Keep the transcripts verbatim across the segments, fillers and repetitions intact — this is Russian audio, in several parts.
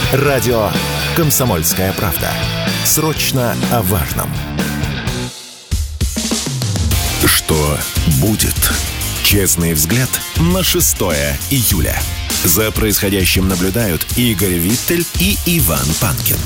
Радио «Комсомольская правда». Срочно о важном. Что будет? Честный взгляд на шестое июля. За происходящим наблюдают Игорь Виттель и Иван Панкин.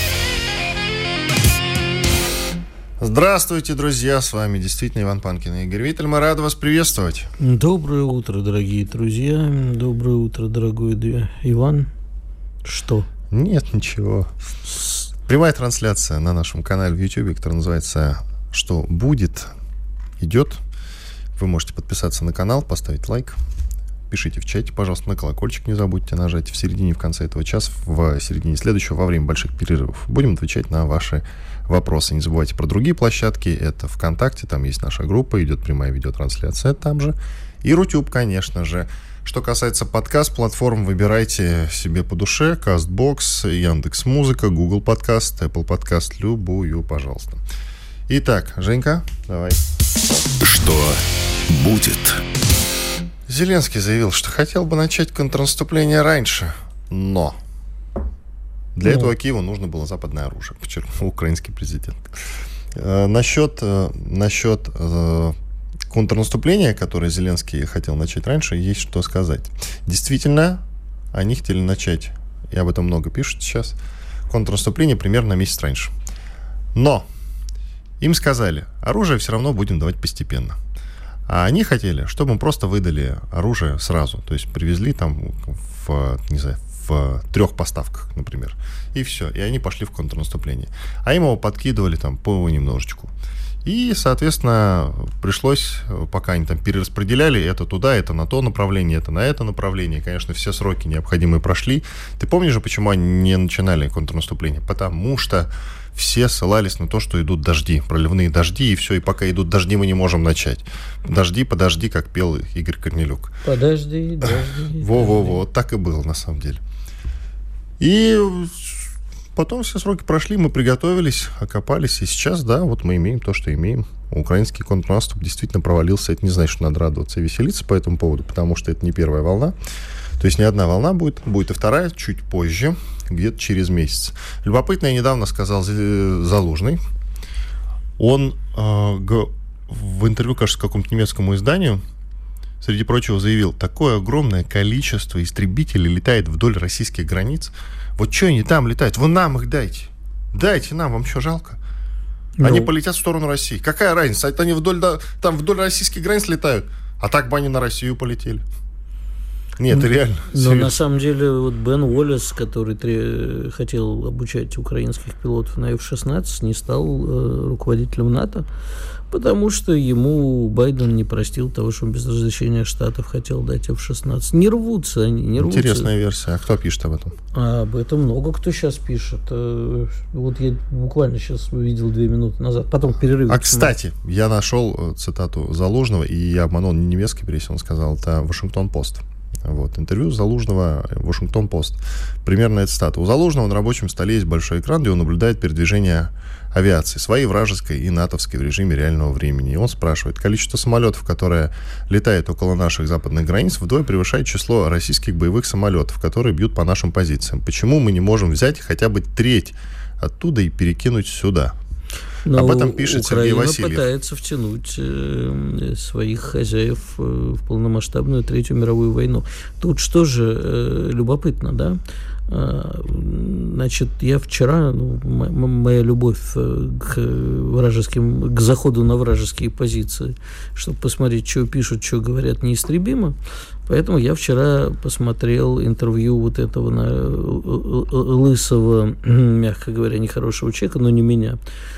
Здравствуйте, друзья! С вами действительно Иван Панкин и Игорь Виттель. Мы рады вас приветствовать. Доброе утро, дорогие друзья. Доброе утро, дорогой Иван. Что? Нет, ничего. Прямая трансляция на нашем канале в YouTube, которая называется «Что будет?», идет. Вы можете подписаться на канал, поставить лайк. Пишите в чате, пожалуйста, на колокольчик не забудьте нажать. В середине, в конце этого часа, в середине следующего, во время больших перерывов будем отвечать на ваши вопросы. Не забывайте про другие площадки. Это ВКонтакте, там есть наша группа, идет прямая видеотрансляция там же. И Рутюб, конечно же. Что касается подкаст-платформ, выбирайте себе по душе. Кастбокс, Яндекс.Музыка, Google Подкаст, Apple Подкаст, любую, пожалуйста. Итак, Женька, давай. Что будет? Зеленский заявил, что хотел бы начать контрнаступление раньше, но для ну. этого Киеву нужно было западное оружие, подчеркнул украинский президент. Э, насчет э, насчет э, контрнаступления, которое Зеленский хотел начать раньше, есть что сказать. Действительно, они хотели начать, и об этом много пишут сейчас, контрнаступление примерно на месяц раньше. Но им сказали, оружие все равно будем давать постепенно. А они хотели, чтобы мы просто выдали оружие сразу. То есть привезли там в, не знаю, в трех поставках, например. И все. И они пошли в контрнаступление. А им его подкидывали там по немножечку. И, соответственно, пришлось, пока они там перераспределяли, это туда, это на то направление, это на это направление. Конечно, все сроки необходимые прошли. Ты помнишь же, почему они не начинали контрнаступление? Потому что все ссылались на то, что идут дожди, проливные дожди, и все, и пока идут дожди, мы не можем начать. Дожди, подожди, как пел Игорь Корнелюк. Подожди, дожди. Во-во-во, вот так и было, на самом деле. И потом все сроки прошли, мы приготовились, окопались, и сейчас, да, вот мы имеем то, что имеем. Украинский контрнаступ действительно провалился. Это не значит, что надо радоваться и веселиться по этому поводу, потому что это не первая волна. То есть не одна волна будет, будет и вторая чуть позже, где-то через месяц. Любопытно, я недавно сказал Залужный. Он э, г- в интервью, кажется, какому-то немецкому изданию, среди прочего, заявил, такое огромное количество истребителей летает вдоль российских границ. Вот что они там летают? Вы нам их дайте. Дайте нам, вам что, жалко? Ну. Они полетят в сторону России. Какая разница? Это они вдоль, да, там вдоль российских границ летают. А так бы они на Россию полетели. Нет, это реально. Но серьезно. На самом деле вот Бен Уоллес, который тре- хотел обучать украинских пилотов на эф шестнадцать, не стал э, руководителем НАТО, потому что ему Байден не простил того, что он без разрешения Штатов хотел дать эф шестнадцать. Не рвутся они, не рвутся. Интересная версия. А кто пишет об этом? А об этом много кто сейчас пишет. Вот я буквально сейчас увидел две минуты назад. Потом перерыв. А, кстати, я нашел цитату Залужного, и я обманул не немецкий прессе, он сказал, это Вашингтон-Пост. Вот, интервью Залужного, Вашингтон-Пост. Примерно эта цитата. У Залужного на рабочем столе есть большой экран, где он наблюдает передвижение авиации, своей вражеской и натовской в режиме реального времени. И он спрашивает, количество самолетов, которое летает около наших западных границ, вдвое превышает число российских боевых самолетов, которые бьют по нашим позициям. Почему мы не можем взять хотя бы треть оттуда и перекинуть сюда? Но об этом пишет Сергей Васильев. Украина пытается втянуть э, своих хозяев э, в полномасштабную Третью мировую войну. Тут что же э, любопытно, да? Э, значит, я вчера, ну, м- моя любовь к вражеским, к заходу на вражеские позиции, чтобы посмотреть, что пишут, что говорят, неистребимо. Поэтому я вчера посмотрел интервью вот этого на, лысого, мягко говоря, нехорошего человека, но не меня,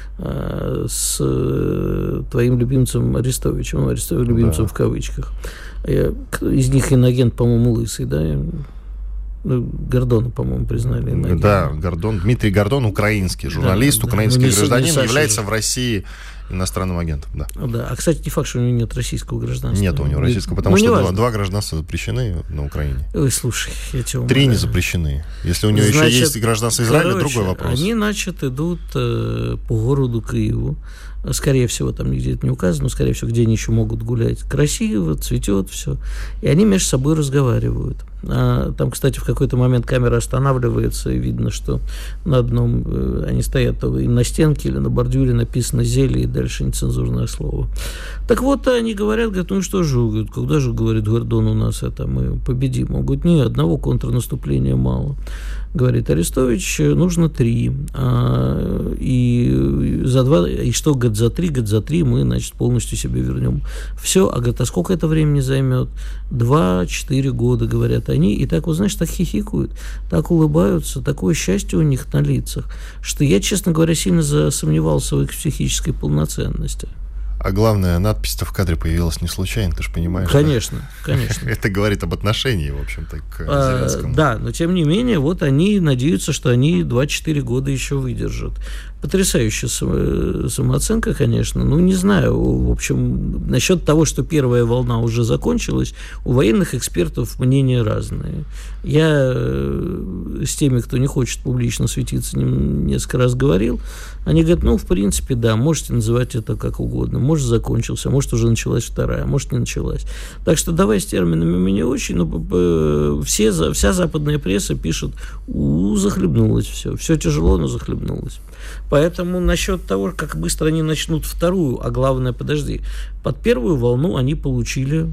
с твоим любимцем Арестовичем, ну, Арестович любимцем, да, в кавычках. Я, из них инагент, по-моему, лысый, да? Ну, Гордона, по-моему, признали инагентом. Да, Гордон, Дмитрий Гордон, украинский журналист, да, украинский да, гражданин, Саша является же в России Иностранным агентом, да. Да. А, кстати, не факт, что у него нет российского гражданства. Нет у него российского, потому ну, что два, два гражданства запрещены на Украине. Ой, слушай, я тебя умоляю. Три не запрещены. Если у него значит, еще есть гражданство Израиля, короче, другой вопрос. Они, значит, идут э, по городу Киеву. Скорее всего, там нигде это не указано, но, скорее всего, где они еще могут гулять. Красиво, цветет все. И они между собой разговаривают. А там, кстати, в какой-то момент камера останавливается, и видно, что на одном э, они стоят то и на стенке, или на бордюре написано «зелье», и дальше нецензурное слово. Так вот, они говорят, говорят, ну что же, говорят, когда же, говорит Гордон, у нас это мы победим? Он говорит, нет, одного контрнаступления мало. Говорит Арестович, нужно три. А, и за два, и что, говорит, за три, говорит, за три мы, значит, полностью себе вернем. Все, а, говорит, а сколько это времени займет? Два-четыре года, говорят они. И так, вот, знаешь, так хихикают, так улыбаются, такое счастье у них на лицах, что я, честно говоря, сильно засомневался в их психической полноценности. А главное, надпись-то в кадре появилась не случайно, ты же понимаешь. Конечно, да? конечно. Это говорит об отношении, в общем-то, к а, Зеленскому. Да, но тем не менее, вот они надеются, что они два-четыре года еще выдержат. Потрясающая самооценка, конечно. Ну, не знаю, в общем, насчет того, что первая волна уже закончилась, у военных экспертов мнения разные. Я с теми, кто не хочет публично светиться, несколько раз говорил. Они говорят, ну, в принципе, да, можете называть это как угодно. Может, закончился, может, уже началась вторая, может, не началась. Так что давай с терминами мы не очень, но все, вся западная пресса пишет, у, захлебнулось все. Все тяжело, но захлебнулось. Поэтому насчет того, как быстро они начнут вторую, а главное, подожди, под первую волну они получили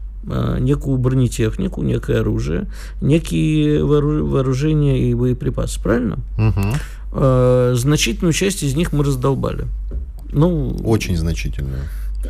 а, некую бронетехнику, некое оружие, некие вооружения и боеприпасы, правильно? Угу. А, значительную часть из них мы раздолбали. Ну, очень значительную.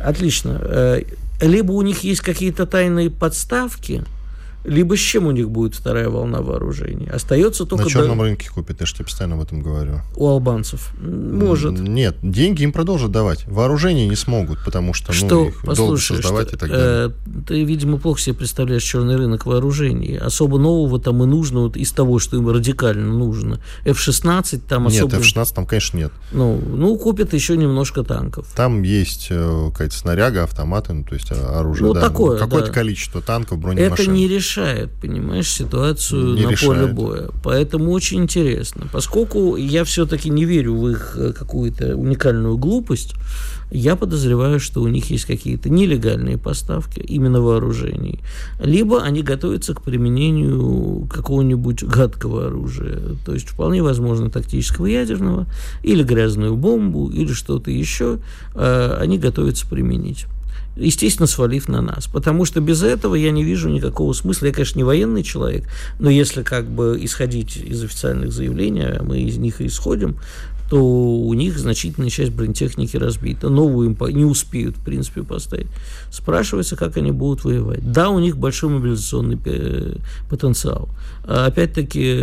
Отлично. Либо у них есть какие-то тайные подставки, либо с чем у них будет вторая волна вооружений. Остается только... На черном до... рынке купят, я же тебе постоянно об этом говорю. У албанцев. Может. Нет, деньги им продолжат давать. Вооружение не смогут, потому что, что ну, их послушай, долго создавать что, и так далее. Э, ты, видимо, плохо себе представляешь черный рынок вооружений. Особо нового там и нужно, вот из того, что им радикально нужно. эф шестнадцать там особо... Нет, эф шестнадцать там, конечно, нет. Ну, ну купят еще немножко танков. Там есть э, какая-то снаряга, автоматы, ну, то есть оружие. Ну, да. такое, Какое-то да. количество танков, бронемашин. Это не решает, понимаешь, ситуацию не на решает. поле боя. Поэтому очень интересно. Поскольку я все-таки не верю в их какую-то уникальную глупость, я подозреваю, что у них есть какие-то нелегальные поставки именно вооружений. Либо они готовятся к применению какого-нибудь гадкого оружия. То есть вполне возможно тактического ядерного, или грязную бомбу, или что-то еще они готовятся применить. Естественно, свалив на нас. Потому что без этого я не вижу никакого смысла. Я, конечно, не военный человек, но если как бы исходить из официальных заявлений, а мы из них и исходим, то у них значительная часть бронетехники разбита. Новую им не успеют, в принципе, поставить. Спрашивается, как они будут воевать. Да, у них большой мобилизационный потенциал. А опять-таки,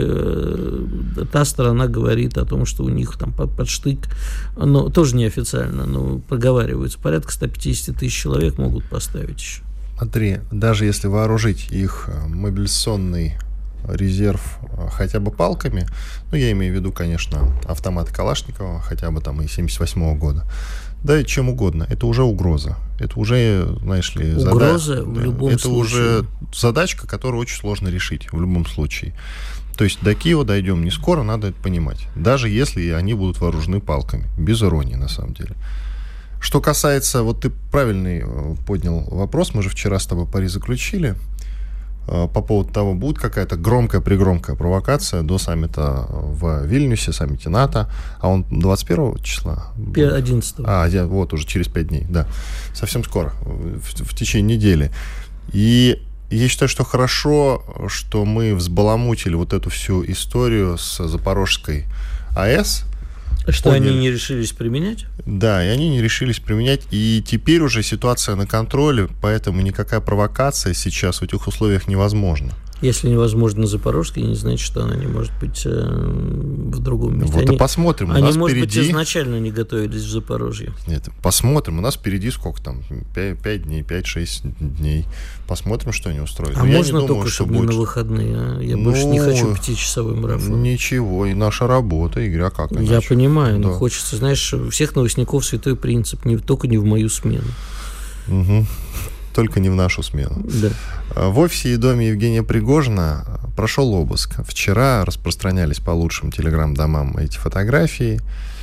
та сторона говорит о том, что у них там под, под штык, но тоже неофициально, но проговариваются, порядка сто пятьдесят тысяч человек могут поставить еще. Смотри, даже если вооружить их мобилизационный резерв хотя бы палками, ну, я имею в виду, конечно, автоматы Калашникова, хотя бы там и семьдесят восьмого года, да, и чем угодно, это уже угроза. Это уже, знаешь ли, угроза зада... в любом это случае. уже задачка, которую очень сложно решить в любом случае. То есть до Киева дойдем не скоро, надо это понимать. Даже если они будут вооружены палками. Без иронии, на самом деле. Что касается, вот ты правильный поднял вопрос, мы же вчера с тобой пари заключили, по поводу того, будет какая-то громкая-пригромкая провокация до саммита в Вильнюсе, саммите НАТО, а он двадцать первого числа? одиннадцатого. А, вот, уже через пять дней, да. Совсем скоро, в, в течение недели. И я считаю, что хорошо, что мы взбаламутили вот эту всю историю с Запорожской АЭС. Что Поняли. Они не решились применять? Да, и они не решились применять. И теперь уже ситуация на контроле, поэтому никакая провокация сейчас в этих условиях невозможна. Если невозможно на Запорожской, не значит, что она не может быть э, в другом месте. Вот они, и посмотрим. У они, нас может впереди... быть, изначально не готовились в Запорожье. Нет, посмотрим. У нас впереди сколько там? пять дней, пять-шесть дней. Посмотрим, что они устроят. А я можно не думаю, только, чтобы будет... не на выходные? А? Я ну, больше не хочу пятичасовой марафон. Ничего, и наша работа, Игорь, а как иначе? Я понимаю, да. но хочется, знаешь, у всех новостников святой принцип, не, только не в мою смену. Угу. Только не в нашу смену. Да. В офисе и доме Евгения Пригожина прошел обыск. Вчера распространялись по лучшим телеграм-домам эти фотографии,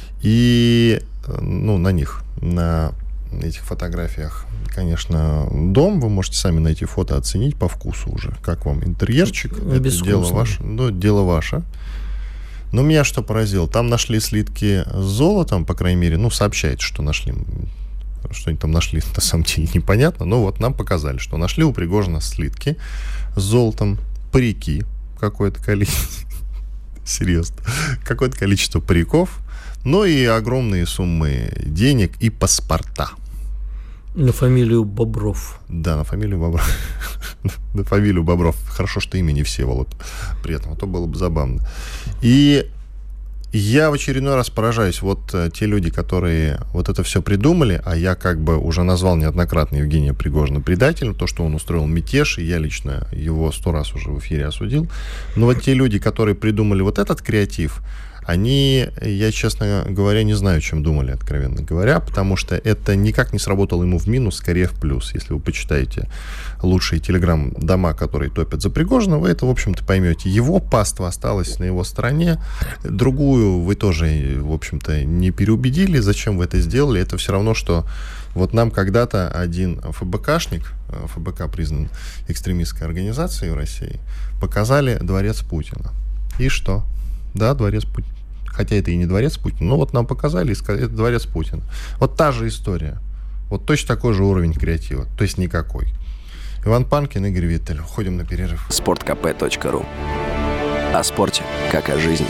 и ну, на них, на этих фотографиях, конечно, дом. Вы можете сами найти фото, оценить по вкусу уже. Как вам интерьерчик? Это дело ваше. Ну, дело ваше. Но меня что поразило? Там нашли слитки с золотом, по крайней мере, ну, сообщается, что нашли. Что они там нашли, на самом деле непонятно. Но вот нам показали, что нашли у Пригожина слитки с золотом, парики, какое-то количество, серьезно, какое-то количество париков, ну и огромные суммы денег и паспорта. На фамилию Бобров. Да, на фамилию Бобров. На фамилию Бобров. Хорошо, что имя не Всеволод при этом, а то было бы забавно. И я в очередной раз поражаюсь. Вот те люди, которые вот это все придумали, а я как бы уже назвал неоднократно Евгения Пригожина предателем, то, что он устроил мятеж, и я лично его сто раз уже в эфире осудил. Но вот те люди, которые придумали вот этот креатив, они, я, честно говоря, не знаю, чем думали, откровенно говоря, потому что это никак не сработало ему в минус, скорее в плюс. Если вы почитаете лучшие телеграм-дома, которые топят за Пригожина, вы это, в общем-то, поймете. Его паства осталась на его стороне, другую вы тоже, в общем-то, не переубедили. Зачем вы это сделали? Это все равно, что вот нам когда-то один ФБКшник, ФБК признан экстремистской организацией в России, показали дворец Путина. И что? Да, дворец Путина. Хотя это и не дворец Путина, но вот нам показали, и сказали, это дворец Путина. Вот та же история. Вот точно такой же уровень креатива. То есть никакой. Иван Панкин, Игорь Виттель. Уходим на перерыв. спорт ка пэ точка ру. О спорте, как о жизни.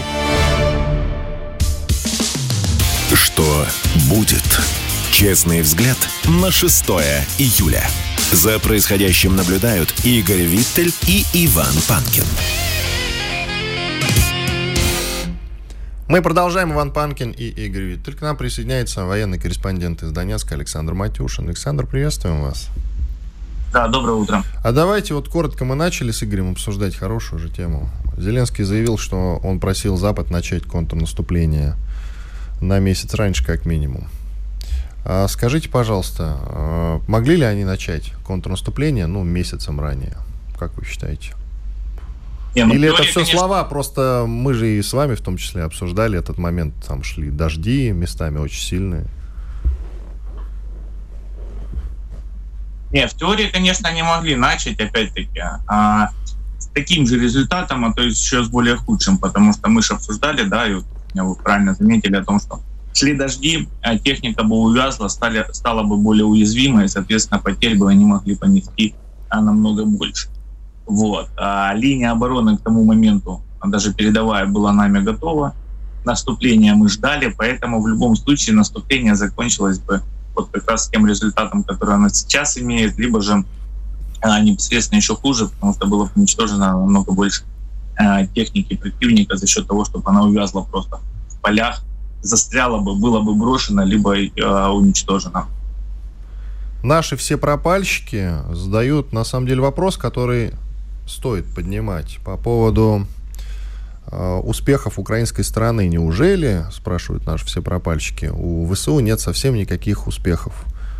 Что будет? Честный взгляд на шестое июля. За происходящим наблюдают Игорь Виттель и Иван Панкин. Мы продолжаем. Иван Панкин и Игорь Виттель. К нам присоединяется военный корреспондент из Донецка Александр Матюшин. Александр, приветствуем вас. Да, доброе утро. А давайте вот коротко, мы начали с Игорем обсуждать хорошую же тему. Зеленский заявил, что он просил Запад начать контрнаступление на месяц раньше, как минимум. А скажите, пожалуйста, могли ли они начать контрнаступление, ну, месяцем ранее? Как вы считаете? Не, ну, Или теория, это все конечно... слова, просто мы же и с вами в том числе обсуждали этот момент, там шли дожди местами очень сильные. Не, в теории, конечно, они могли начать, опять-таки, а, с таким же результатом, а то есть еще с более худшим, потому что мы же обсуждали, да, и вот, вы правильно заметили о том, что шли дожди, а техника бы увязла, стали, стала бы более уязвимой, и, соответственно, потерь бы они могли понести а, намного больше. Вот. А линия обороны к тому моменту, даже передовая, была нами готова. Наступление мы ждали, поэтому в любом случае наступление закончилось бы вот как раз тем результатом, который оно сейчас имеет, либо же а, непосредственно еще хуже, потому что было уничтожено намного больше а, техники противника за счет того, чтобы она увязла просто в полях, застряла бы, было бы брошено, либо а, уничтожено. Наши все пропальщики задают, на самом деле, вопрос, который стоит поднимать по поводу э, успехов украинской стороны. Неужели, спрашивают наши все пропальщики, у ВСУ нет совсем никаких успехов?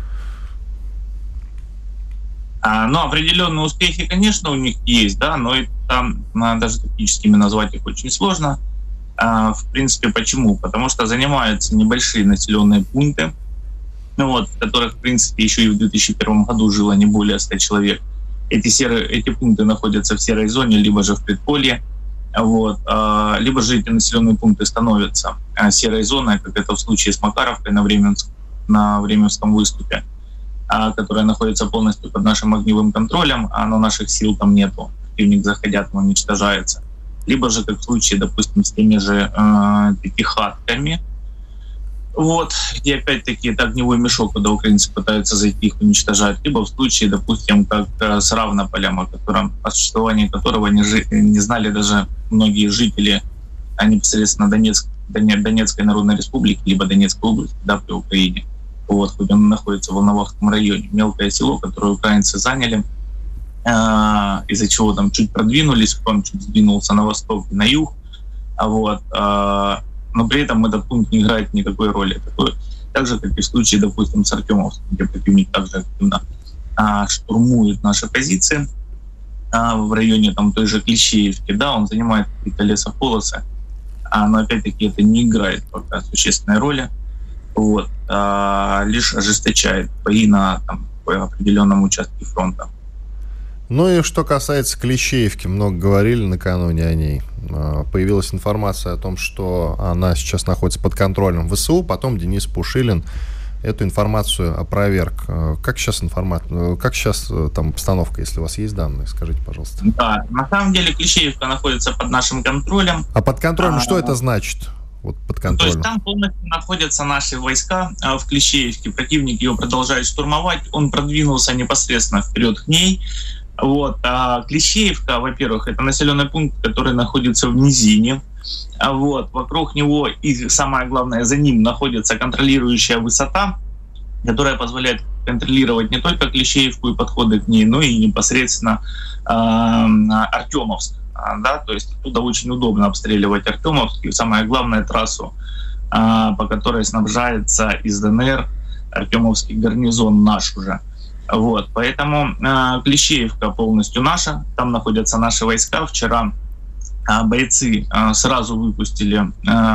А, ну, определенные успехи, конечно, у них есть, да, но и там а, даже тактическими назвать их очень сложно. А, в принципе, почему? Потому что занимаются небольшие населенные пункты, ну, вот, в которых, в принципе, еще и в две тысячи первом году жило не более ста человек. Эти, серые, эти пункты находятся в серой зоне, либо же в предполье, вот, а, либо же эти населенные пункты становятся а, серой зоной, как это в случае с Макаровкой на, Временск, на Временском выступе, а, которая находится полностью под нашим огневым контролем, а но наших сил там нету, противник заходя, там уничтожается. Либо же, как в случае, допустим, с теми же э, пятихатками, Вот, и опять-таки это огневой мешок, куда украинцы пытаются зайти, их уничтожать, либо в случае, допустим, как с Равнополем, о котором, о существовании которого не, жи, не знали даже многие жители, а непосредственно Донецк, Донецкой Народной Республики, либо Донецкой области, да, при Украине. Вот, хоть он находится в Волновахском районе. Мелкое село, которое украинцы заняли, э, из-за чего там чуть продвинулись, фронт чуть сдвинулся на восток и на юг. А вот, э, но при этом этот пункт не играет никакой роли. Такой, так же, как и в случае, допустим, с Артемовском, где противник также активно а, штурмует наши позиции а, в районе там, той же Клещеевки, да, он занимает какие-то лесополосы, а, но опять-таки это не играет пока существенной роли, вот, а, лишь ожесточает бои на там, по определенном участке фронта. Ну и что касается Клещеевки, много говорили накануне о ней. Появилась информация о том, что она сейчас находится под контролем ВСУ, потом Денис Пушилин эту информацию опроверг. Как сейчас информация, как сейчас там обстановка, если у вас есть данные, скажите, пожалуйста. Да, на самом деле Клещеевка находится под нашим контролем. А под контролем а, что это значит? Вот под контролем. То есть там полностью находятся наши войска а, в Клещеевке. Противник ее продолжает штурмовать. Он продвинулся непосредственно вперед к ней. Вот. А Клещеевка, во-первых, это населенный пункт, который находится в низине. А вот. Вокруг него и, самое главное, за ним находится контролирующая высота, которая позволяет контролировать не только Клещеевку и подходы к ней, но и непосредственно э, Артемовск. Да? То есть оттуда очень удобно обстреливать Артемовск. И самое главное, трассу, э, по которой снабжается из ДНР Артемовский гарнизон наш уже. Вот, поэтому э, Клещеевка полностью наша, там находятся наши войска. Вчера э, бойцы э, сразу выпустили,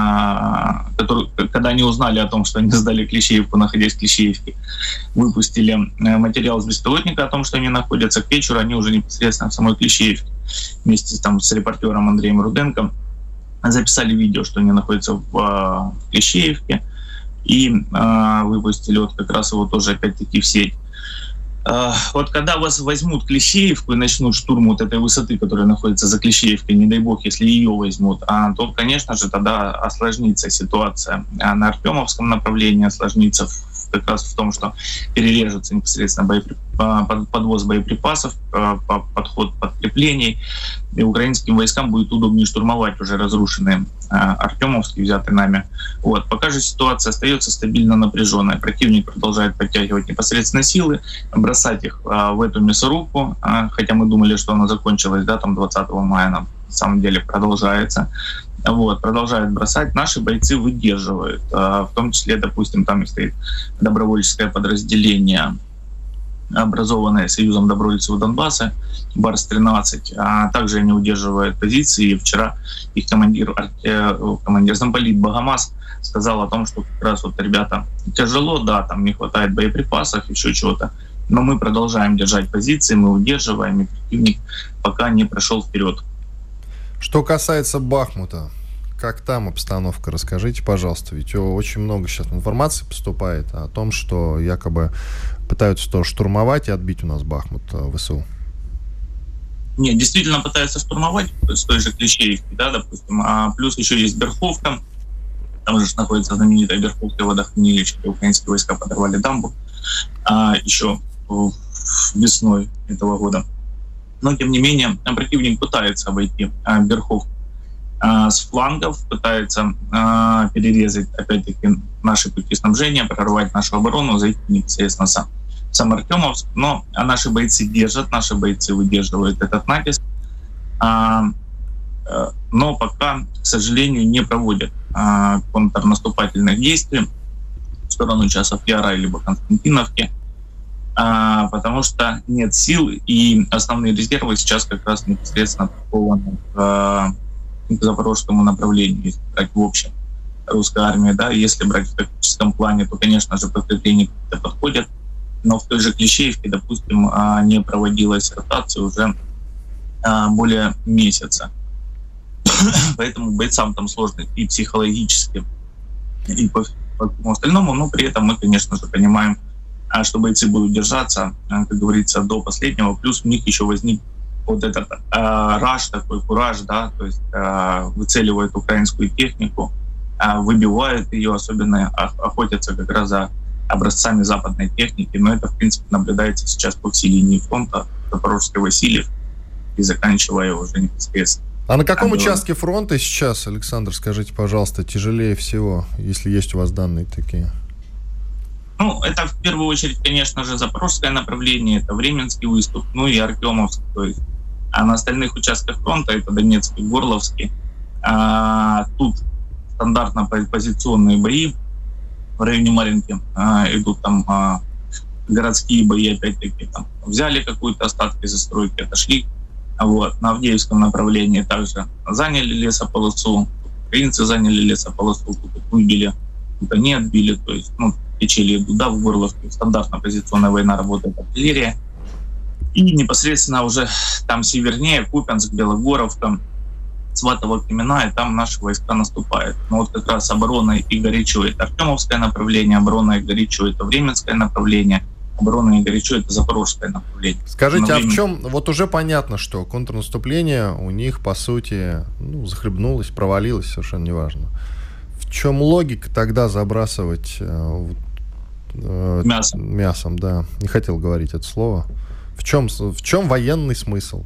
э, которые, когда они узнали о том, что они сдали Клещеевку, находясь в Клещеевке, выпустили э, материал с беспилотника о том, что они находятся. К вечеру они уже непосредственно в самой Клещеевке вместе там, с репортером Андреем Руденко записали видео, что они находятся в, в Клещеевке, и э, выпустили вот как раз его тоже опять-таки в сеть. Вот когда вас возьмут Клещеевку и начнут штурм вот этой высоты, которая находится за Клещеевкой, не дай бог, если ее возьмут, а, то, конечно же, тогда осложнится ситуация. А на Артемовском направлении осложнится в, как раз в том, что перережется непосредственно боеприп... подвоз боеприпасов, подход подкреплений, и украинским войскам будет удобнее штурмовать уже разрушенные Артемовские, взятые нами. Вот. Пока же ситуация остается стабильно напряженная. Противник продолжает подтягивать непосредственно силы, бросать их а, в эту мясорубку, а, хотя мы думали, что она закончилась, да, там двадцатого мая, она на самом деле продолжается. Вот, продолжают бросать. Наши бойцы выдерживают. А, в том числе, допустим, там стоит добровольческое подразделение, образованное Союзом добровольцев Донбасса, Барс тринадцать, а также они удерживают позиции. И вчера их командир, командир замполит Богомаз сказал о том, что как раз вот ребята тяжело, да, там не хватает боеприпасов, еще чего-то, но мы продолжаем держать позиции, мы удерживаем, и противник пока не прошел вперед. Что касается Бахмута, как там обстановка? Расскажите, пожалуйста. Ведь очень много сейчас информации поступает о том, что якобы пытаются тоже штурмовать и отбить у нас Бахмут ВСУ. Нет, действительно пытаются штурмовать с той же Клещеевки, да, допустим. А плюс еще есть Берховка. Там же находится знаменитая Берховка водохранилище, где украинские войска подорвали дамбу а, еще весной этого года. Но, тем не менее, противник пытается обойти а, Берховку а, с флангов, пытается а, перерезать, опять-таки, наши пути снабжения, прорвать нашу оборону, зайти непосредственно сам. сам Артемовск, но а наши бойцы держат, наши бойцы выдерживают этот натиск, а, а, но пока, к сожалению, не проводят а, контрнаступательных действий в сторону Часов Яра либо Константиновки, а, потому что нет сил, и основные резервы сейчас как раз непосредственно атакованы к, к запорожскому направлению, если брать в общем русской армии, да, если брать в тактическом плане, то, конечно же, подкрепления подходят, но в той же Клещеевке, допустим, не проводилась ротация уже более месяца. Поэтому бойцам там сложно и психологически, и по всему остальному, но при этом мы, конечно же, понимаем, что бойцы будут держаться, как говорится, до последнего. Плюс у них еще возник вот этот э, раш, такой кураж, да, то есть э, выцеливают украинскую технику, выбивают ее, особенно охотятся как раз за образцами западной техники. Но это, в принципе, наблюдается сейчас по всей линии фронта, Запорожской, Васильев, и заканчивая уже непосредственно. А на каком участке фронта сейчас, Александр, скажите, пожалуйста, тяжелее всего, если есть у вас данные такие? Ну, это в первую очередь, конечно же, Запорожское направление, это Временский выступ, ну и Артемовск. То есть. А на остальных участках фронта, это Донецкий, Горловский, а, тут стандартно позиционные бои в районе Маринки, а, идут там а, городские бои, опять-таки, там взяли какую-то остатки застройки, отошли. Вот. На Авдеевском направлении также заняли лесополосу, украинцы заняли лесополосу, тут выбили, тут они отбили, то есть, ну, течели туда, в Горловке, стандартно позиционная война, работает артиллерия. И непосредственно уже там севернее, Купянск, Белогоровка, Сватово, Кремена, и там наши войска наступают. Но вот как раз оборона и горячо — это Артемовское направление, оборона и горячо — это Временское направление, оборона и горячо — это Запорожское направление. Скажите, а в чем, вот уже понятно, что контрнаступление у них, по сути, ну, захлебнулось, провалилось, совершенно неважно. В чем логика тогда забрасывать э, э, мясом? Мясом, да. Не хотел говорить это слово. В чем, в чем военный смысл?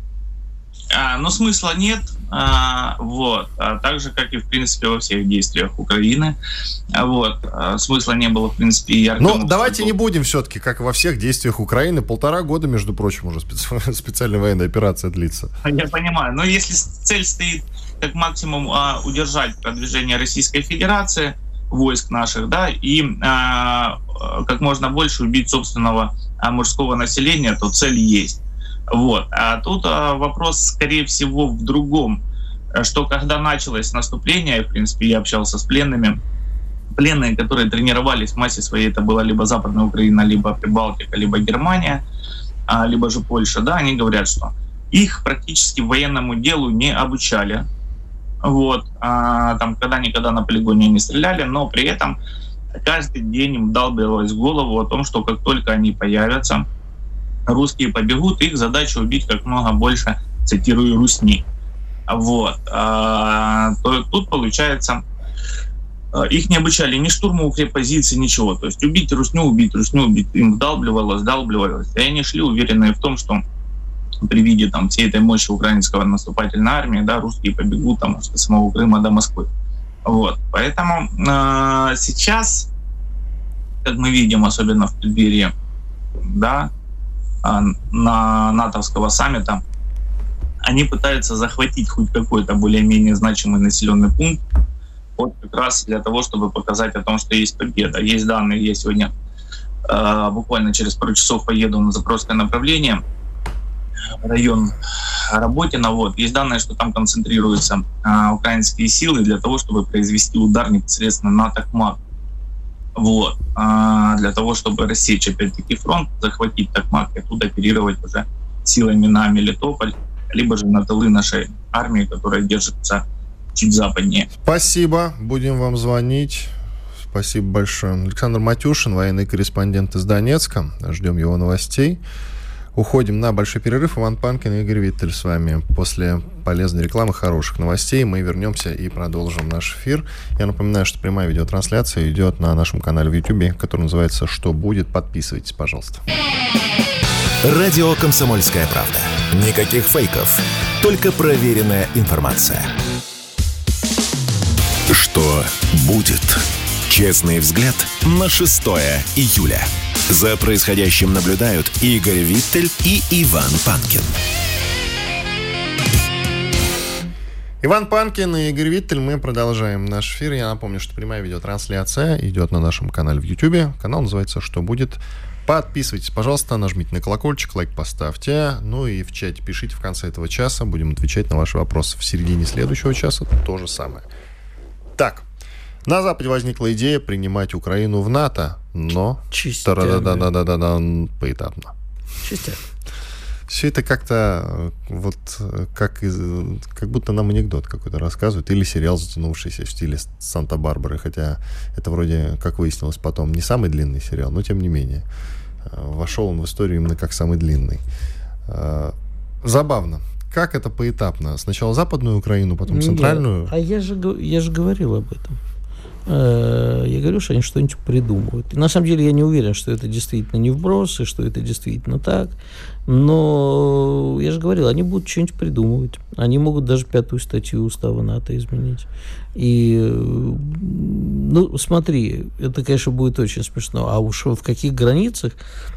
А, ну, смысла нет, а, вот, а так же, как и, в принципе, во всех действиях Украины, а, вот, а, смысла не было, в принципе, и Артемовск. Ну, давайте не будем все-таки, как во всех действиях Украины, полтора года, между прочим, уже специ... специальная военная операция длится. Я понимаю, но если цель стоит как максимум а, удержать продвижение Российской Федерации, войск наших, да, и а, как можно больше убить собственного а, мужского населения, то цель есть. Вот. А тут а, вопрос, скорее всего, в другом, что когда началось наступление, в принципе, я общался с пленными, пленные, которые тренировались в массе своей, это была либо Западная Украина, либо Прибалтика, либо Германия, а, либо же Польша, да, они говорят, что их практически военному делу не обучали. Вот, а, там когда-никогда на полигоне они стреляли, но при этом каждый день им вдалбливалось в голову о том, что как только они появятся, русские побегут, их задача убить как много больше, цитирую, русни. Вот, а, то тут получается, их не обучали ни штурму укреппозиций, ничего, то есть убить русню, убить русню, убить, им вдалбливалось, вдалбливалось, и они шли уверенные в том, что при виде там всей этой мощи украинского наступательной армии, да, русские побегут там от самого Крыма до Москвы. Вот. Поэтому э, сейчас, как мы видим, особенно в преддверии, да, э, на натовского саммита, они пытаются захватить хоть какой-то более-менее значимый населенный пункт, вот как раз для того, чтобы показать о том, что есть победа. Есть данные, я сегодня э, буквально через пару часов поеду на Запорожское направление, район Работино. Вот. Есть данные, что там концентрируются а, украинские силы для того, чтобы произвести удар непосредственно на Токмак. Вот. А, для того, чтобы рассечь опять-таки фронт, захватить Токмак и оттуда оперировать уже силами на Мелитополь, либо же на тылы нашей армии, которая держится чуть западнее. Спасибо. Будем вам звонить. Спасибо большое. Александр Матюшин, военный корреспондент из Донецка. Ждем его новостей. Уходим на большой перерыв. Иван Панкин и Игорь Виттель с вами. После полезной рекламы, хороших новостей мы вернемся и продолжим наш эфир. Я напоминаю, что прямая видеотрансляция идет на нашем канале в Ютубе, который называется «Что будет?». Подписывайтесь, пожалуйста. Радио «Комсомольская правда». Никаких фейков, только проверенная информация. Что будет? Честный взгляд на шестое июля. За происходящим наблюдают Игорь Виттель и Иван Панкин. Иван Панкин и Игорь Виттель. Мы продолжаем наш эфир. Я напомню, что прямая видеотрансляция идет на нашем канале в Ютубе. Канал называется «Что будет?». Подписывайтесь, пожалуйста, нажмите на колокольчик, лайк поставьте. Ну и в чате пишите в конце этого часа. Будем отвечать на ваши вопросы. В середине следующего часа то же самое. Так. На Западе возникла идея принимать Украину в НАТО, но да-да-да-да-да-да, поэтапно. Частяк. Все это как-то вот как, из, как будто нам анекдот какой-то рассказывают, или сериал, затянувшийся в стиле Санта-Барбары, хотя это вроде, как выяснилось потом, не самый длинный сериал, но тем не менее. Вошел он в историю именно как самый длинный. Забавно. Как это поэтапно? Сначала Западную Украину, потом Центральную? Нет, а я же, я же говорил об этом. Я говорю, что они что-нибудь придумывают. И на самом деле я не уверен, что это действительно не вброс, и что это действительно так. Но я же говорил, они будут что-нибудь придумывать. Они могут даже пятую статью устава НАТО изменить. И, ну, смотри, это, конечно, будет очень смешно. А уж в каких границах,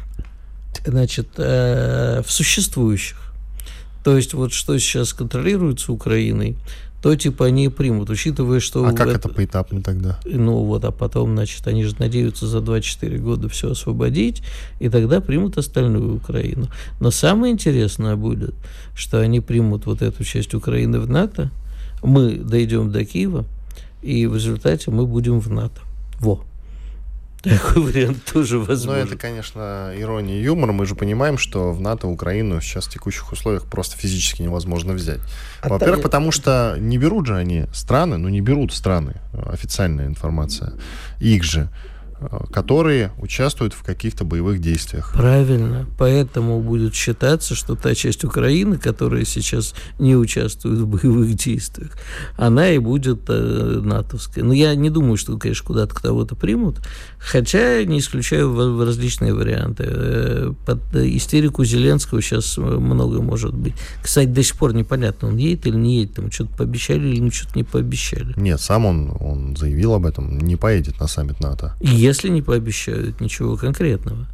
значит, э, в существующих. То есть вот что сейчас контролируется Украиной, то типа они и примут, учитывая, что... А как это, это поэтапно тогда? Ну вот, а потом, значит, они же надеются за два-четыре года все освободить, и тогда примут остальную Украину. Но самое интересное будет, что они примут вот эту часть Украины в НАТО, мы дойдем до Киева, и в результате мы будем в НАТО. Во! Такой вариант тоже возможен. Но это, конечно, ирония и юмор. Мы же понимаем, что в НАТО Украину сейчас в текущих условиях просто физически невозможно взять. А Во-первых, та... потому что не берут же они страны, ну не берут страны, официальная информация, их же, которые участвуют в каких-то боевых действиях. Правильно. Поэтому будет считаться, что та часть Украины, которая сейчас не участвует в боевых действиях, она и будет э, натовской. Но я не думаю, что, конечно, куда-то кого-то примут, хотя не исключаю в, в различные варианты. Э, под истерику Зеленского сейчас много может быть. Кстати, до сих пор непонятно, он едет или не едет. Ему что-то пообещали или ему что-то не пообещали. Нет, сам он, он заявил об этом, не поедет на саммит НАТО. Если не пообещают ничего конкретного.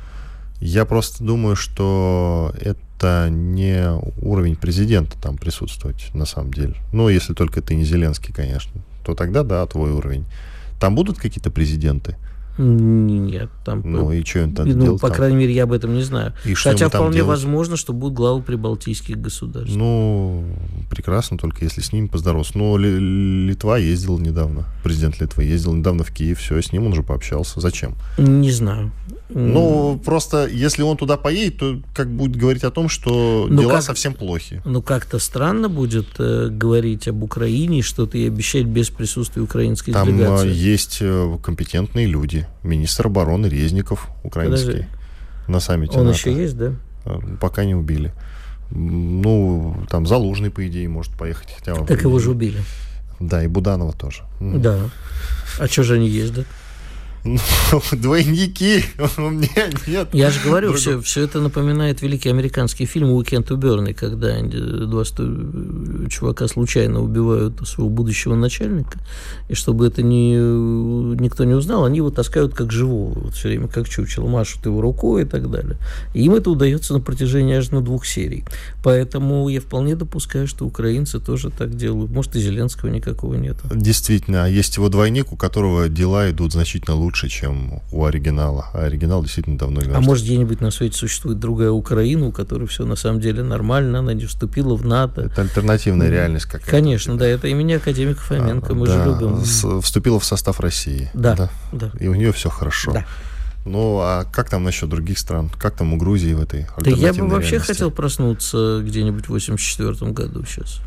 Я просто думаю, что это не уровень президента там присутствовать на самом деле. Ну, если только ты не Зеленский, конечно, то тогда да, твой уровень. Там будут какие-то президенты? Нет, там... Ну, и что им там ну, делать? По там? крайней мере, я об этом не знаю. И Хотя вполне делать? возможно, что будут главы прибалтийских государств. Ну, прекрасно, только если с ними поздороваться. Ну, Литва ездила недавно, президент Литвы ездил недавно в Киев, все, с ним он же пообщался. Зачем? Не знаю. Ну, просто если он туда поедет, то как будет говорить о том, что ну, дела как, совсем плохи. Ну, как-то странно будет э, говорить об Украине, что-то и обещать без присутствия украинской Там делегации. Там есть компетентные люди. Министр обороны Резников украинский. Подожди. На саммите Он НАТО. еще есть, да? Пока не убили. Ну, там Залужный, по идее, может поехать. Хотя бы. Так его же убили. Да, и Буданова тоже. Да. А что же они ездят? Ну, двойники, у меня нет. Я же говорю, все, все это напоминает великий американский фильм «Уикенд у Берни», когда два чувака случайно убивают своего будущего начальника, и чтобы это не, никто не узнал, они его таскают как живого, вот все время как чучело, машут его рукой и так далее. И им это удается на протяжении аж на двух серий. Поэтому я вполне допускаю, что украинцы тоже так делают. Может, и Зеленского никакого нет. Действительно, есть его двойник, у которого дела идут значительно лучше, чем у оригинала. А оригинал действительно давно мертв. А может, где-нибудь на свете существует другая Украина, у которой все на самом деле нормально, она не вступила в НАТО. Это альтернативная реальность какая-то. Конечно, да, это имени академика Фоменко, а, мы да, же любим. С, вступила в состав России. Да, да, да. И у нее все хорошо. Да. Ну, а как там насчет других стран? Как там у Грузии в этой альтернативной реальности? Да я бы вообще реальности? хотел проснуться где-нибудь в восемьдесят четвёртом году сейчас.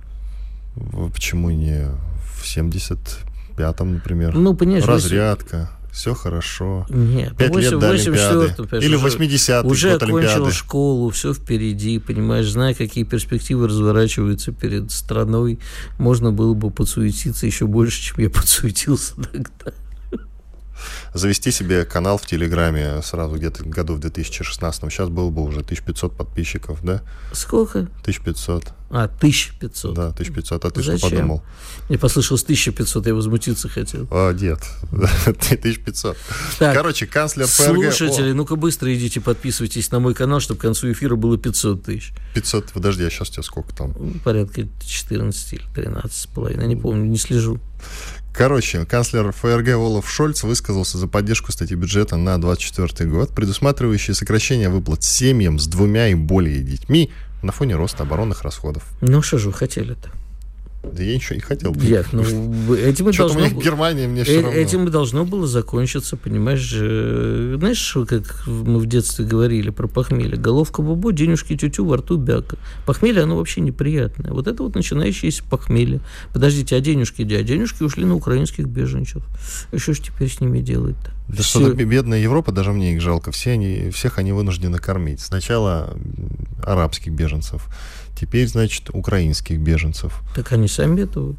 Почему не в семьдесят пятом, например? Ну, понимаешь, разрядка. Все хорошо. Нет, Пять лет до Олимпиады. Или восьмидесятый уже год Олимпиады. Уже окончил школу, все впереди, понимаешь, зная, какие перспективы разворачиваются перед страной, можно было бы подсуетиться еще больше, чем я подсуетился тогда. Завести себе канал в Телеграме сразу где-то году в две тысячи шестнадцатом. Сейчас было бы уже тысяча пятьсот подписчиков, да? Сколько? тысяча пятьсот. А, тысяча пятьсот. Да, тысяча пятьсот. А ты Зачем? что подумал? Мне послышалось тысяча пятьсот, я возмутиться хотел. А, нет, тысяча пятьсот. Так, короче, канцлер ФРГ... Слушатели, ну-ка быстро идите, подписывайтесь на мой канал, чтобы к концу эфира было пятьсот тысяч. пятьсот, подожди, а сейчас у тебя сколько там? Порядка четырнадцать или тринадцать с половиной, я не помню, не слежу. Короче, канцлер ФРГ Олаф Шольц высказался за поддержку статьи бюджета на двадцать четвёртый год, предусматривающей сокращение выплат семьям с двумя и более детьми на фоне роста оборонных расходов. Ну что же вы хотели-то? Да я ничего не хотел. Нет, ну, этим и должно было... Германия мне все равно. Этим и должно было закончиться, понимаешь. Знаешь, как мы в детстве говорили про похмелье? Головка бобо, денежки тютю, во рту бяка. Похмелье, оно вообще неприятное. Вот это вот начинающееся похмелье. Подождите, а денежки где? А денежки ушли на украинских беженцев. И что ж теперь с ними делать-то? Да все... что-то бедная Европа, даже мне их жалко. Все они, всех они вынуждены кормить. Сначала арабских беженцев, теперь, значит, украинских беженцев. Так они сами этого...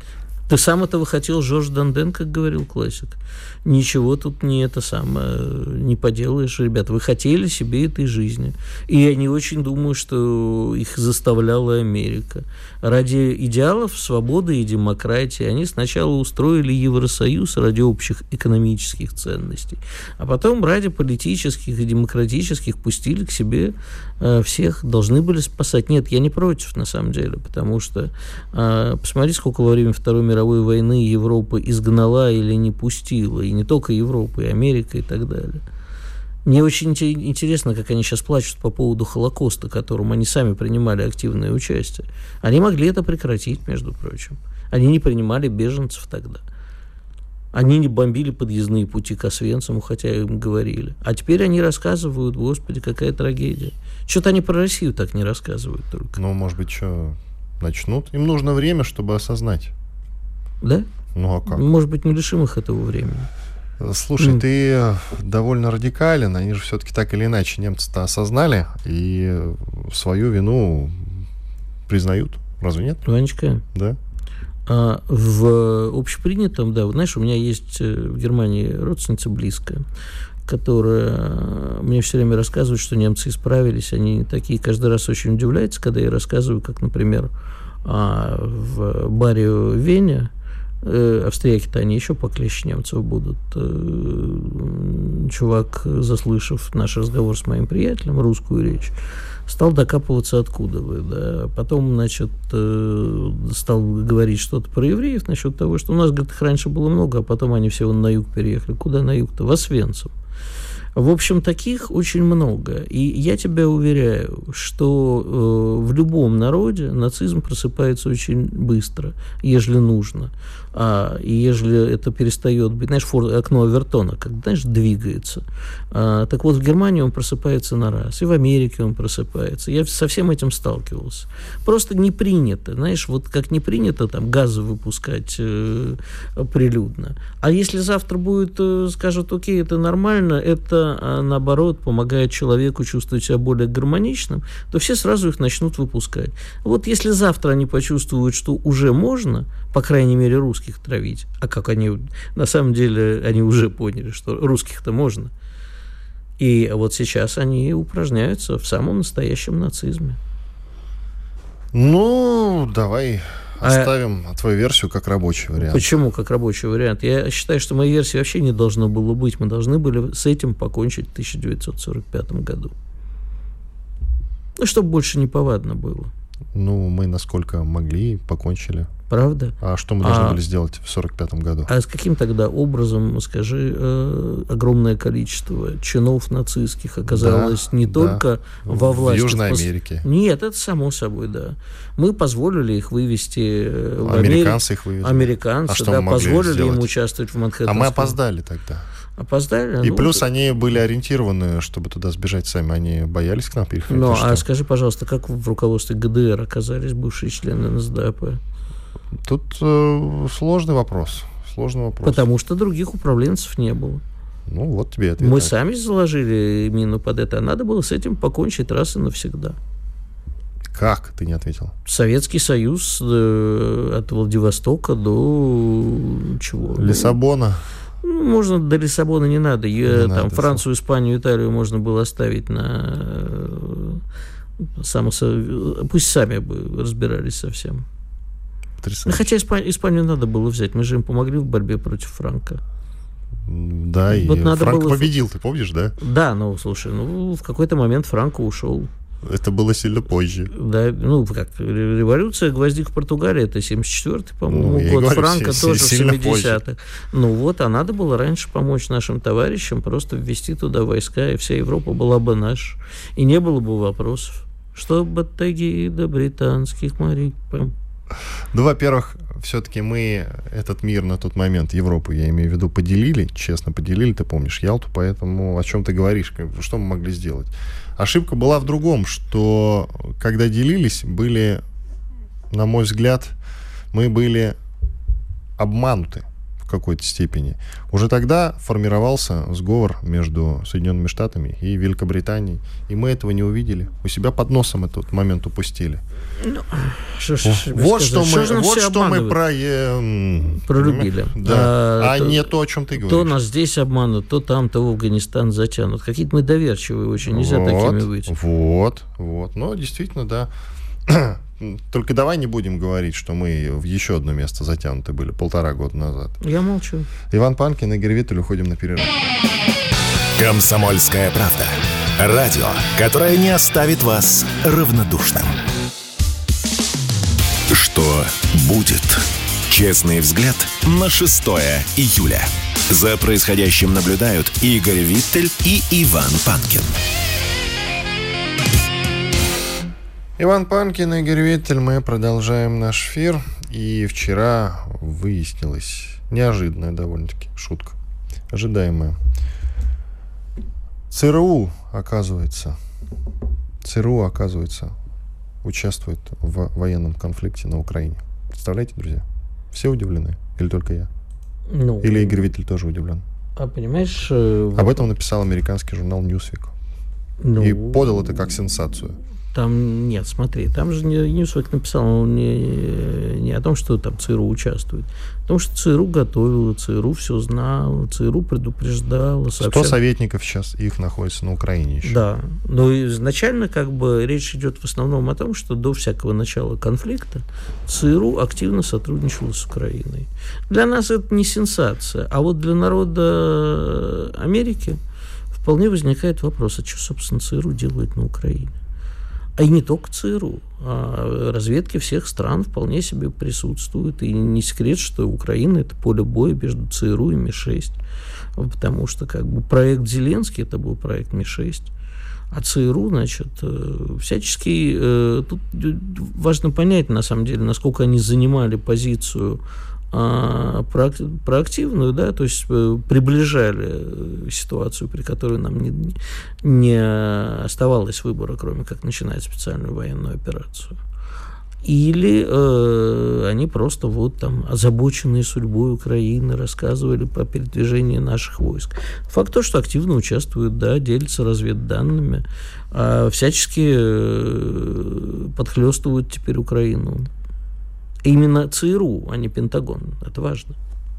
Ты сам этого хотел, Жорж Данден, как говорил классик. Ничего тут не это самое, не поделаешь, ребят. Вы хотели себе этой жизни. И я не очень думаю, что их заставляла Америка. Ради идеалов свободы и демократии они сначала устроили Евросоюз ради общих экономических ценностей, а потом ради политических и демократических пустили к себе э, всех, должны были спасать. Нет, я не против, на самом деле, потому что э, посмотри, сколько во время Второй мировой войны Европа изгнала или не пустила. И не только Европа, и Америка, и так далее. Мне очень интересно, как они сейчас плачут по поводу Холокоста, в котором они сами принимали активное участие. Они могли это прекратить, между прочим. Они не принимали беженцев тогда. Они не бомбили подъездные пути к Освенциму, хотя им говорили. А теперь они рассказывают, господи, какая трагедия. Что-то они про Россию так не рассказывают только. Ну, может быть, что, начнут? Им нужно время, чтобы осознать. Да? Ну, а как? Может быть, мы лишим их этого времени. Слушай, mm. ты довольно радикален. Они же все-таки так или иначе немцы-то осознали и свою вину признают. Разве нет? Ванечка, да? А в общепринятом, да, вот знаешь, у меня есть в Германии родственница близкая, которая мне все время рассказывает, что немцы исправились. Они такие каждый раз очень удивляются, когда я рассказываю, как, например, в баре в Вене, австрияки-то они еще поклеще немцев будут. Чувак, заслышав наш разговор с моим приятелем, русскую речь, стал докапываться, откуда вы. Да. Потом, значит, стал говорить что-то про евреев насчет того, что у нас, говорит, их раньше было много, а потом они все на юг переехали. Куда на юг-то? В Освенцим. В общем, таких очень много. И я тебя уверяю, что э, в любом народе нацизм просыпается очень быстро, ежели нужно. А, и ежели это перестает быть, знаешь, фор, окно Авертона, как, знаешь, двигается. А, так вот, в Германии он просыпается на раз, и в Америке он просыпается. Я со всем этим сталкивался. Просто не принято, знаешь, вот как не принято там газы выпускать э, прилюдно. А если завтра будет, э, скажут, окей, это нормально, это а наоборот помогает человеку чувствовать себя более гармоничным, то все сразу их начнут выпускать. Вот если завтра они почувствуют, что уже можно, по крайней мере, русских травить, а как они, на самом деле, они уже поняли, что русских-то можно. И вот сейчас они упражняются в самом настоящем нацизме. Ну, давай... Оставим а, твою версию как рабочий вариант. Почему как рабочий вариант? Я считаю, что моей версии вообще не должно было быть. Мы должны были с этим покончить в тысяча девятьсот сорок пятом году. Ну, чтобы больше не повадно было. Ну, мы насколько могли, покончили. Правда? А что мы должны а, были сделать в сорок пятом году? А с каким тогда образом, скажи, э, огромное количество чинов нацистских оказалось да, не да. только во власти... В Южной Америке. Нет, это само собой, да. Мы позволили их вывести в Американцы Америку. их вывезли. Американцы, а что да, мы позволили сделать? им участвовать в Манхэттенском. А мы опоздали тогда. Опоздали? И ну, плюс вот... они были ориентированы, чтобы туда сбежать сами. Они боялись к нам переходить. Ну, а скажи, пожалуйста, как в руководстве ГДР оказались бывшие члены эн эс дэ а пэ? Тут э, сложный вопрос. Сложный вопрос. Потому что других управленцев не было. Ну, вот тебе ответ. Мы сами заложили мину под это, а надо было с этим покончить раз и навсегда. Как? Ты не ответил. Советский Союз э, от Владивостока до чего? Лиссабона. Ну, можно до Лиссабона не надо. Не там, надо Францию, Испанию, Италию можно было оставить на... Само... Пусть сами бы разбирались со всем. Ну, хотя Испанию, Испанию надо было взять. Мы же им помогли в борьбе против Франко. Да, вот и Франко было... победил, ты помнишь, да? Да, ну, слушай, ну, в какой-то момент Франко ушел. Это было сильно позже. Да, ну, как, революция гвоздик в Португалии, это семьдесят четвёртый, по-моему, ну, год. Говорю, Франко си- тоже в семидесятых. Позже. Ну, вот, а надо было раньше помочь нашим товарищам, просто ввести туда войска, и вся Европа была бы наша. И не было бы вопросов. Что батаги до британских морей. Ну, во-первых, все-таки мы этот мир на тот момент, Европу, я имею в виду, поделили, честно поделили, ты помнишь, Ялту, поэтому о чем ты говоришь, что мы могли сделать? Ошибка была в другом, что когда делились, были, на мой взгляд, мы были обмануты в какой-то степени, уже тогда формировался сговор между Соединенными Штатами и Великобританией, и мы этого не увидели. У себя под носом этот момент упустили. Ну, шо, шо, шо, вот что, что мы, же вот что мы про, э, пролюбили. Да. А, а то, не то, о чем ты говоришь. То нас здесь обманут, то там, то в Афганистан затянут. Какие-то мы доверчивые очень, нельзя вот, такими быть. Вот, вот. Ну, действительно, да. Только давай не будем говорить, что мы в еще одно место затянуты были полтора года назад. Я молчу. Иван Панкин, Игорь Виттель, уходим на перерыв. «Комсомольская правда». Радио, которое не оставит вас равнодушным. Что будет? Честный взгляд на шестое июля. За происходящим наблюдают Игорь Виттель и Иван Панкин. Иван Панкин, Игорь Виттель, мы продолжаем наш эфир. И вчера выяснилась неожиданная довольно-таки шутка, ожидаемая. ЦРУ, оказывается, ЦРУ, оказывается, участвует в военном конфликте на Украине. Представляете, друзья? Все удивлены? Или только я? Ну, Или Игорь Виттель тоже удивлен? А понимаешь... Э, Об этом написал американский журнал Newsweek. Ну, и подал это как сенсацию. Там нет, смотри, там же Newsweek написал он не, не о том, что там ЦРУ участвует, о том, что ЦРУ готовила, ЦРУ все знала, ЦРУ предупреждала. Сообщала. Сто советников сейчас их находится на Украине еще. Да, но изначально как бы речь идет в основном о том, что до всякого начала конфликта ЦРУ активно сотрудничала с Украиной. Для нас это не сенсация, а вот для народа Америки вполне возникает вопрос, а что, собственно, ЦРУ делает на Украине? А и не только ЦРУ, а разведки всех стран вполне себе присутствуют. И не секрет, что Украина – это поле боя между ЦРУ и Ми шесть. Потому что как бы проект Зеленский – это был проект Ми шесть. А ЦРУ, значит, всячески… Тут важно понять, на самом деле, насколько они занимали позицию проактивную, да, то есть приближали ситуацию, при которой нам не, не оставалось выбора, кроме как начинать специальную военную операцию. Или э, они просто вот там озабоченные судьбой Украины рассказывали про передвижение наших войск. Факт то, что активно участвуют, да, делятся разведданными, а всячески э, подхлёстывают теперь Украину. Именно ЦРУ, а не Пентагон. Это важно.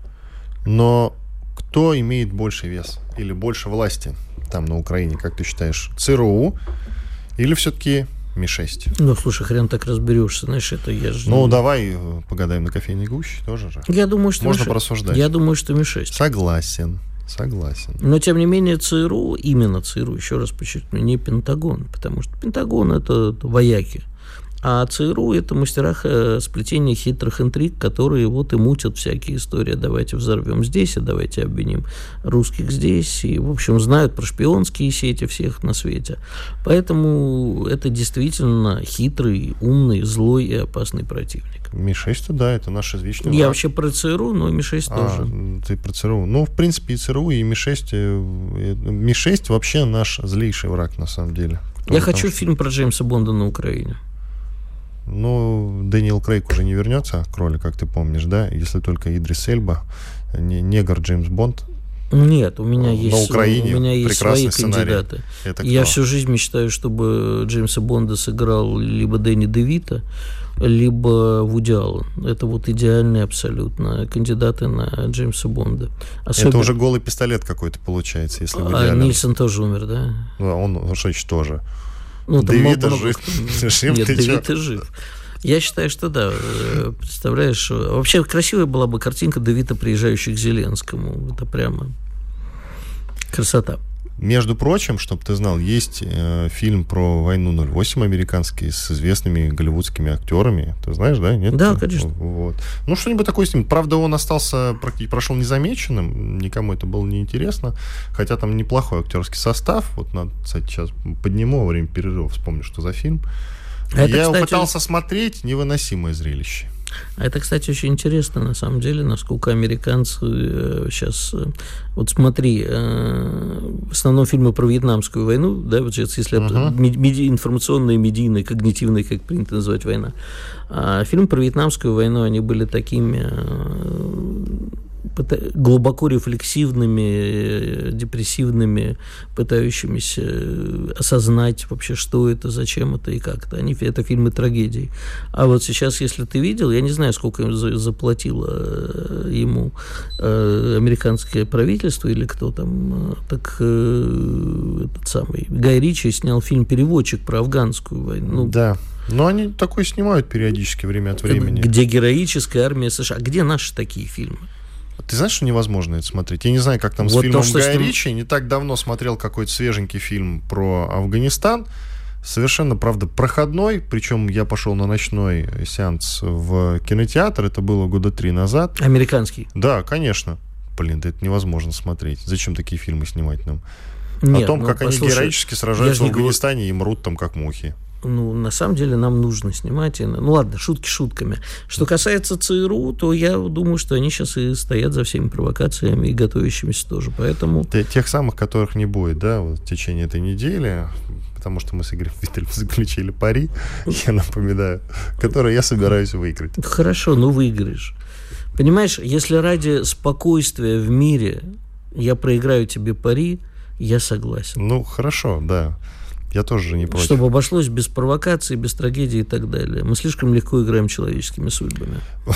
Но кто имеет больше вес или больше власти там на Украине, как ты считаешь? ЦРУ или все-таки Ми шесть? Ну, слушай, хрен так разберешься, знаешь, это я же... Ну, давай погадаем на кофейной гуще тоже же. Я думаю, что можно Ми... порассуждать. Я думаю, что Ми шесть. Согласен. Согласен. Но, тем не менее, ЦРУ, именно ЦРУ, еще раз подчеркну, не Пентагон, потому что Пентагон – это вояки. А ЦРУ – это мастера сплетения хитрых интриг, которые вот и мутят всякие истории. Давайте взорвем здесь, а давайте обвиним русских здесь. И, в общем, знают про шпионские сети всех на свете. Поэтому это действительно хитрый, умный, злой и опасный противник. Ми шесть, да, это наш извечный враг. Я вообще про ЦРУ, но Ми шесть а, тоже. Ты про ЦРУ. Ну, в принципе, и ЦРУ, и Ми шесть. Ми шесть вообще наш злейший враг, на самом деле. Я хочу что... фильм про Джеймса Бонда на Украине. Ну, Дэниел Крейг уже не вернется к роли, как ты помнишь, да? Если только Идрис Эльба, не, негр Джеймс Бонд. Нет, у меня есть, на Украине у меня есть свои сценарий. кандидаты. Я всю жизнь мечтаю, чтобы Джеймса Бонда сыграл либо Дэнни Девито, либо Вуди Аллен. Это вот идеальные абсолютно кандидаты на Джеймса Бонда. Особенно... Это уже голый пистолет какой-то получается, если Вуди Аллен. А Нильсон тоже умер, да? Он, он что, тоже. Ну, Девито жив. жив. Нет, Девито жив. Я считаю, что да. Представляешь, вообще красивая была бы картинка Девито, приезжающий к Зеленскому. Это прямо красота. Между прочим, чтобы ты знал, есть э, фильм про войну ноль восемь американский с известными голливудскими актерами. Ты знаешь, да? Нет? Да, конечно. Вот. Ну, что-нибудь такое с ним. Правда, он остался, прошел незамеченным. Никому это было неинтересно. Хотя там неплохой актерский состав. Вот надо, кстати, сейчас подниму во время перерыва, вспомню, что за фильм. Это, Я кстати... его пытался смотреть. Невыносимое зрелище. А это, кстати, очень интересно, на самом деле, насколько американцы э, сейчас... Э, вот смотри, э, в основном фильмы про Вьетнамскую войну, да, вот сейчас, если uh-huh. меди, информационная, медийная, когнитивная, как принято называть, война. А фильмы про Вьетнамскую войну, они были такими... Э, глубоко рефлексивными, депрессивными, пытающимися осознать вообще, что это, зачем это и как это. Они, это фильмы трагедий. А вот сейчас, если ты видел, я не знаю, сколько заплатило ему американское правительство или кто там, так этот самый Гай Ричи снял фильм «Переводчик» про афганскую войну. Да. Но они такое снимают периодически, время от времени. Где героическая армия США. Где наши такие фильмы? Ты знаешь, что невозможно это смотреть? Я не знаю, как там вот с фильмом то, Гая что... Ричи. Не так давно смотрел какой-то свеженький фильм про Афганистан. Совершенно, правда, проходной. Причем я пошел на ночной сеанс в кинотеатр. Это было года три назад. Американский? Да, конечно. Блин, да это невозможно смотреть. Зачем такие фильмы снимать нам? Нет, О том, ну, как послушай, они героически сражаются в говорю... Афганистане и мрут там, как мухи. Ну, на самом деле, нам нужно снимать. Ну, ладно, шутки шутками. Что касается ЦРУ, то я думаю, что они сейчас и стоят за всеми провокациями и готовящимися тоже. Поэтому... Тех самых, которых не будет, да, вот в течение этой недели, потому что мы с Игорем Виттелем заключили пари, я напоминаю, которые я собираюсь выиграть. Хорошо, ну выиграешь. Понимаешь, если ради спокойствия в мире я проиграю тебе пари, я согласен. Ну, хорошо, да. Я тоже не против. Чтобы обошлось без провокаций, без трагедий и так далее. Мы слишком легко играем человеческими судьбами.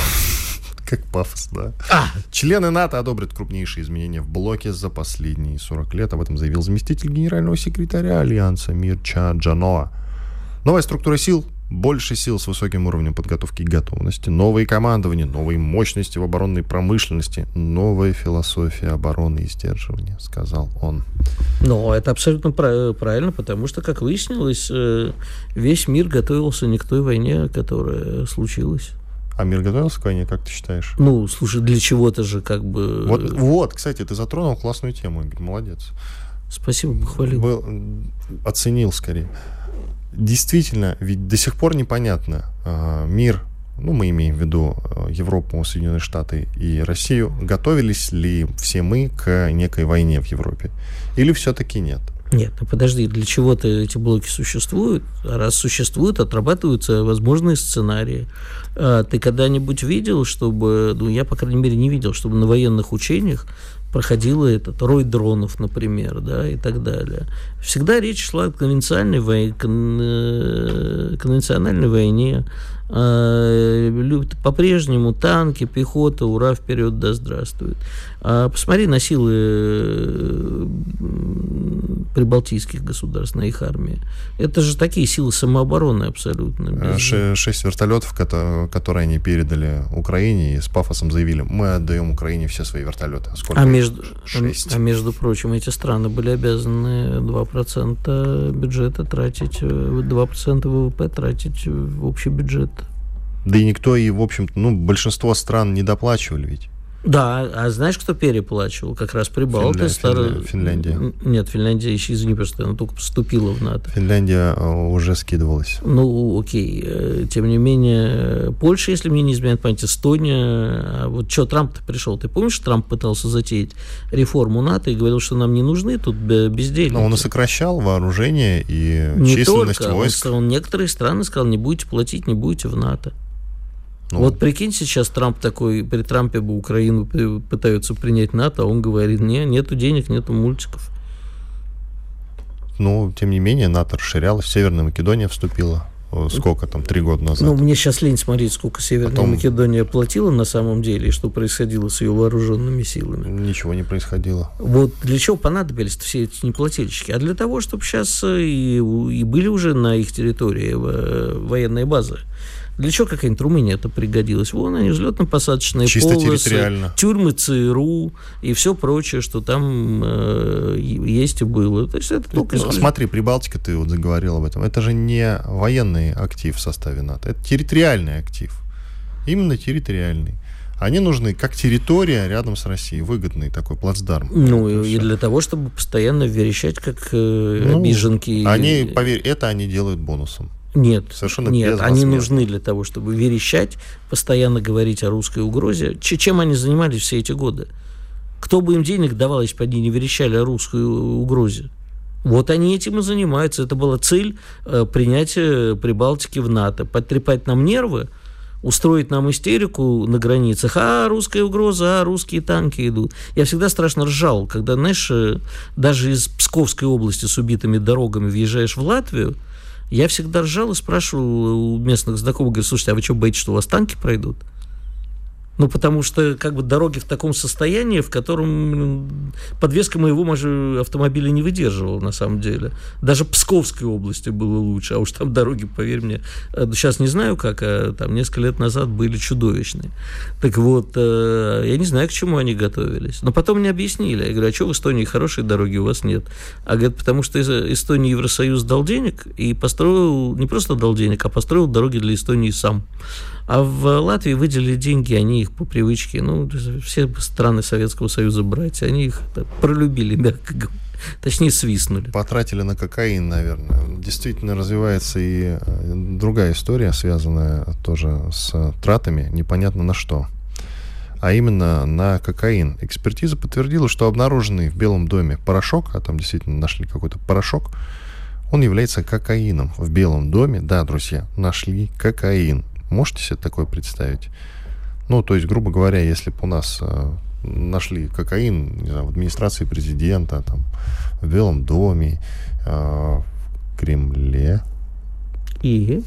Как пафос, да. А! Члены НАТО одобрят крупнейшие изменения в блоке за последние сорок лет. Об этом заявил заместитель генерального секретаря Альянса Мирча Джаноа. Новая структура сил. Больше сил с высоким уровнем подготовки и готовности, новые командования, новые мощности в оборонной промышленности, новая философия обороны и сдерживания, сказал он. Но это абсолютно правильно, потому что, как выяснилось, весь мир готовился не к той войне, которая случилась. А мир готовился к войне, как ты считаешь? Ну, слушай, для чего-то же как бы... Вот, вот, кстати, ты затронул классную тему, Игорь, молодец. Спасибо, похвалил. Был, оценил скорее. Действительно, ведь до сих пор непонятно, мир, ну, мы имеем в виду Европу, Соединенные Штаты и Россию, готовились ли все мы к некой войне в Европе? Или все-таки нет? Нет, ну подожди, для чего-то эти блоки существуют, а раз существуют, отрабатываются возможные сценарии. А ты когда-нибудь видел, чтобы, ну, я, по крайней мере, не видел, чтобы на военных учениях проходила этот рой дронов, например, да, и так далее. Всегда речь шла о конвенциональной, вой... конвенциональной войне. По-прежнему танки, пехота, ура, вперед, да здравствует. А посмотри на силы прибалтийских государств, на их армии. Это же такие силы самообороны абсолютно. Без... Шесть вертолетов, которые они передали Украине, и с пафосом заявили: мы отдаем Украине все свои вертолеты. Сколько? А между, Шесть. а между прочим, эти страны были обязаны два процента бюджета тратить, два процента ВВП тратить в общий бюджет. Да и никто, и, в общем-то, ну, большинство стран не доплачивали ведь. Да, а знаешь, кто переплачивал? Как раз Прибалты. Финля... Старые... Финляндия. Нет, Финляндия еще, извини, просто она только вступила в НАТО. Финляндия уже скидывалась. Ну, окей. Тем не менее, Польша, если мне не изменяет память, Эстония. А вот что, Трамп-то пришел? Ты помнишь, Трамп пытался затеять реформу НАТО и говорил, что нам не нужны тут бездельники? Но он и сокращал вооружение и не численность только. войск. Он сказал, некоторые страны сказал, не будете платить, не будете в НАТО. Ну, вот прикинь, сейчас Трамп такой, при Трампе бы Украину пытаются принять НАТО, а он говорит: не, нету денег, нету мультиков. Ну, тем не менее, НАТО расширялось, Северная Македония вступила. Сколько там, три года назад? Ну, мне сейчас лень смотреть, сколько Северная Потом... Македония платила на самом деле, и что происходило с ее вооруженными силами. Ничего не происходило. Вот для чего понадобились все эти неплательщики? А для того, чтобы сейчас и, и были уже на их территории военные базы. Для чего какая-нибудь Румыния это пригодилась? Вон они, взлетно-посадочные чисто полосы, тюрьмы ЦРУ и все прочее, что там э, есть и было. То есть это только... Ну, смотри, Прибалтика, ты вот заговорил об этом, это же не военный актив в составе НАТО, это территориальный актив. Именно территориальный. Они нужны как территория рядом с Россией, выгодный такой плацдарм. Ну, и, и для того, чтобы постоянно верещать, как э, ну, обиженки. Они, поверь, это они делают бонусом. Нет, совершенно нет, они нужны для того, чтобы верещать, постоянно говорить о русской угрозе. Чем они занимались все эти годы? Кто бы им денег давал, если бы они не верещали о русской угрозе? Вот они этим и занимаются. Это была цель э, принятия Прибалтики в НАТО. Потрепать нам нервы, устроить нам истерику на границах. А, русская угроза, а, русские танки идут. Я всегда страшно ржал, когда, знаешь, даже из Псковской области с убитыми дорогами въезжаешь в Латвию, я всегда ржал и спрашивал у местных знакомых, говорю, слушайте, а вы что, боитесь, что у вас танки пройдут? Ну, потому что, как бы, дороги в таком состоянии, в котором подвеска моего может, автомобиля не выдерживала, на самом деле. Даже в Псковской области было лучше, а уж там дороги, поверь мне, сейчас не знаю как, а там несколько лет назад были чудовищные. Так вот, я не знаю, к чему они готовились. Но потом мне объяснили. Я говорю, а что в Эстонии хорошие дороги у вас нет? А говорят, потому что Эстония Евросоюз дал денег и построил, не просто дал денег, а построил дороги для Эстонии сам. А в Латвии выделили деньги, они их по привычке, ну, все страны Советского Союза братья, они их так, пролюбили, мягко говоря. Точнее, свистнули. Потратили на кокаин, наверное. Действительно развивается и другая история, связанная тоже с тратами, непонятно на что. А именно на кокаин. Экспертиза подтвердила, что обнаруженный в Белом доме порошок, а там действительно нашли какой-то порошок, он является кокаином. В Белом доме, да, друзья, нашли кокаин. Можете себе такое представить? Ну, то есть, грубо говоря, если бы у нас э, нашли кокаин, не знаю, в администрации президента, там, в Белом доме, э, в Кремле. И?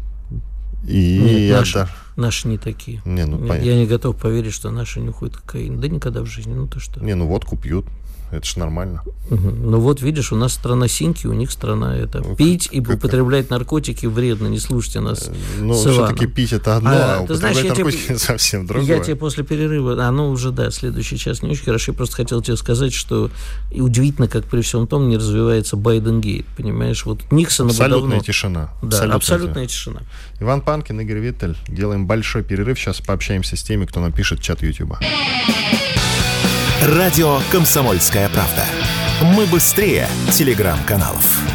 И Нет, я наши, да... наши не такие. Не, ну, я, я не готов поверить, что наши нюхают кокаин. Да никогда в жизни, ну то что. Не, ну водку пьют. Это ж нормально. Угу. Ну вот, видишь, у нас страна синьки, у них страна это. Пить и как... употреблять наркотики вредно, не слушайте нас. Ну, все-таки пить это одно, а, а употреблять знаешь, наркотики тебе... совсем другое. Я тебе после перерыва, а ну уже, да, следующий час не очень хорошо, я просто хотел тебе сказать, что и удивительно, как при всем том не развивается Байден-гейт, понимаешь, вот Никсона абсолютная давно... тишина. Да, абсолютная, абсолютная тишина. Иван Панкин, Игорь Виттель. Делаем большой перерыв, сейчас пообщаемся с теми, кто напишет в чат Ютуба. Радио «Комсомольская правда». Мы быстрее телеграм-каналов.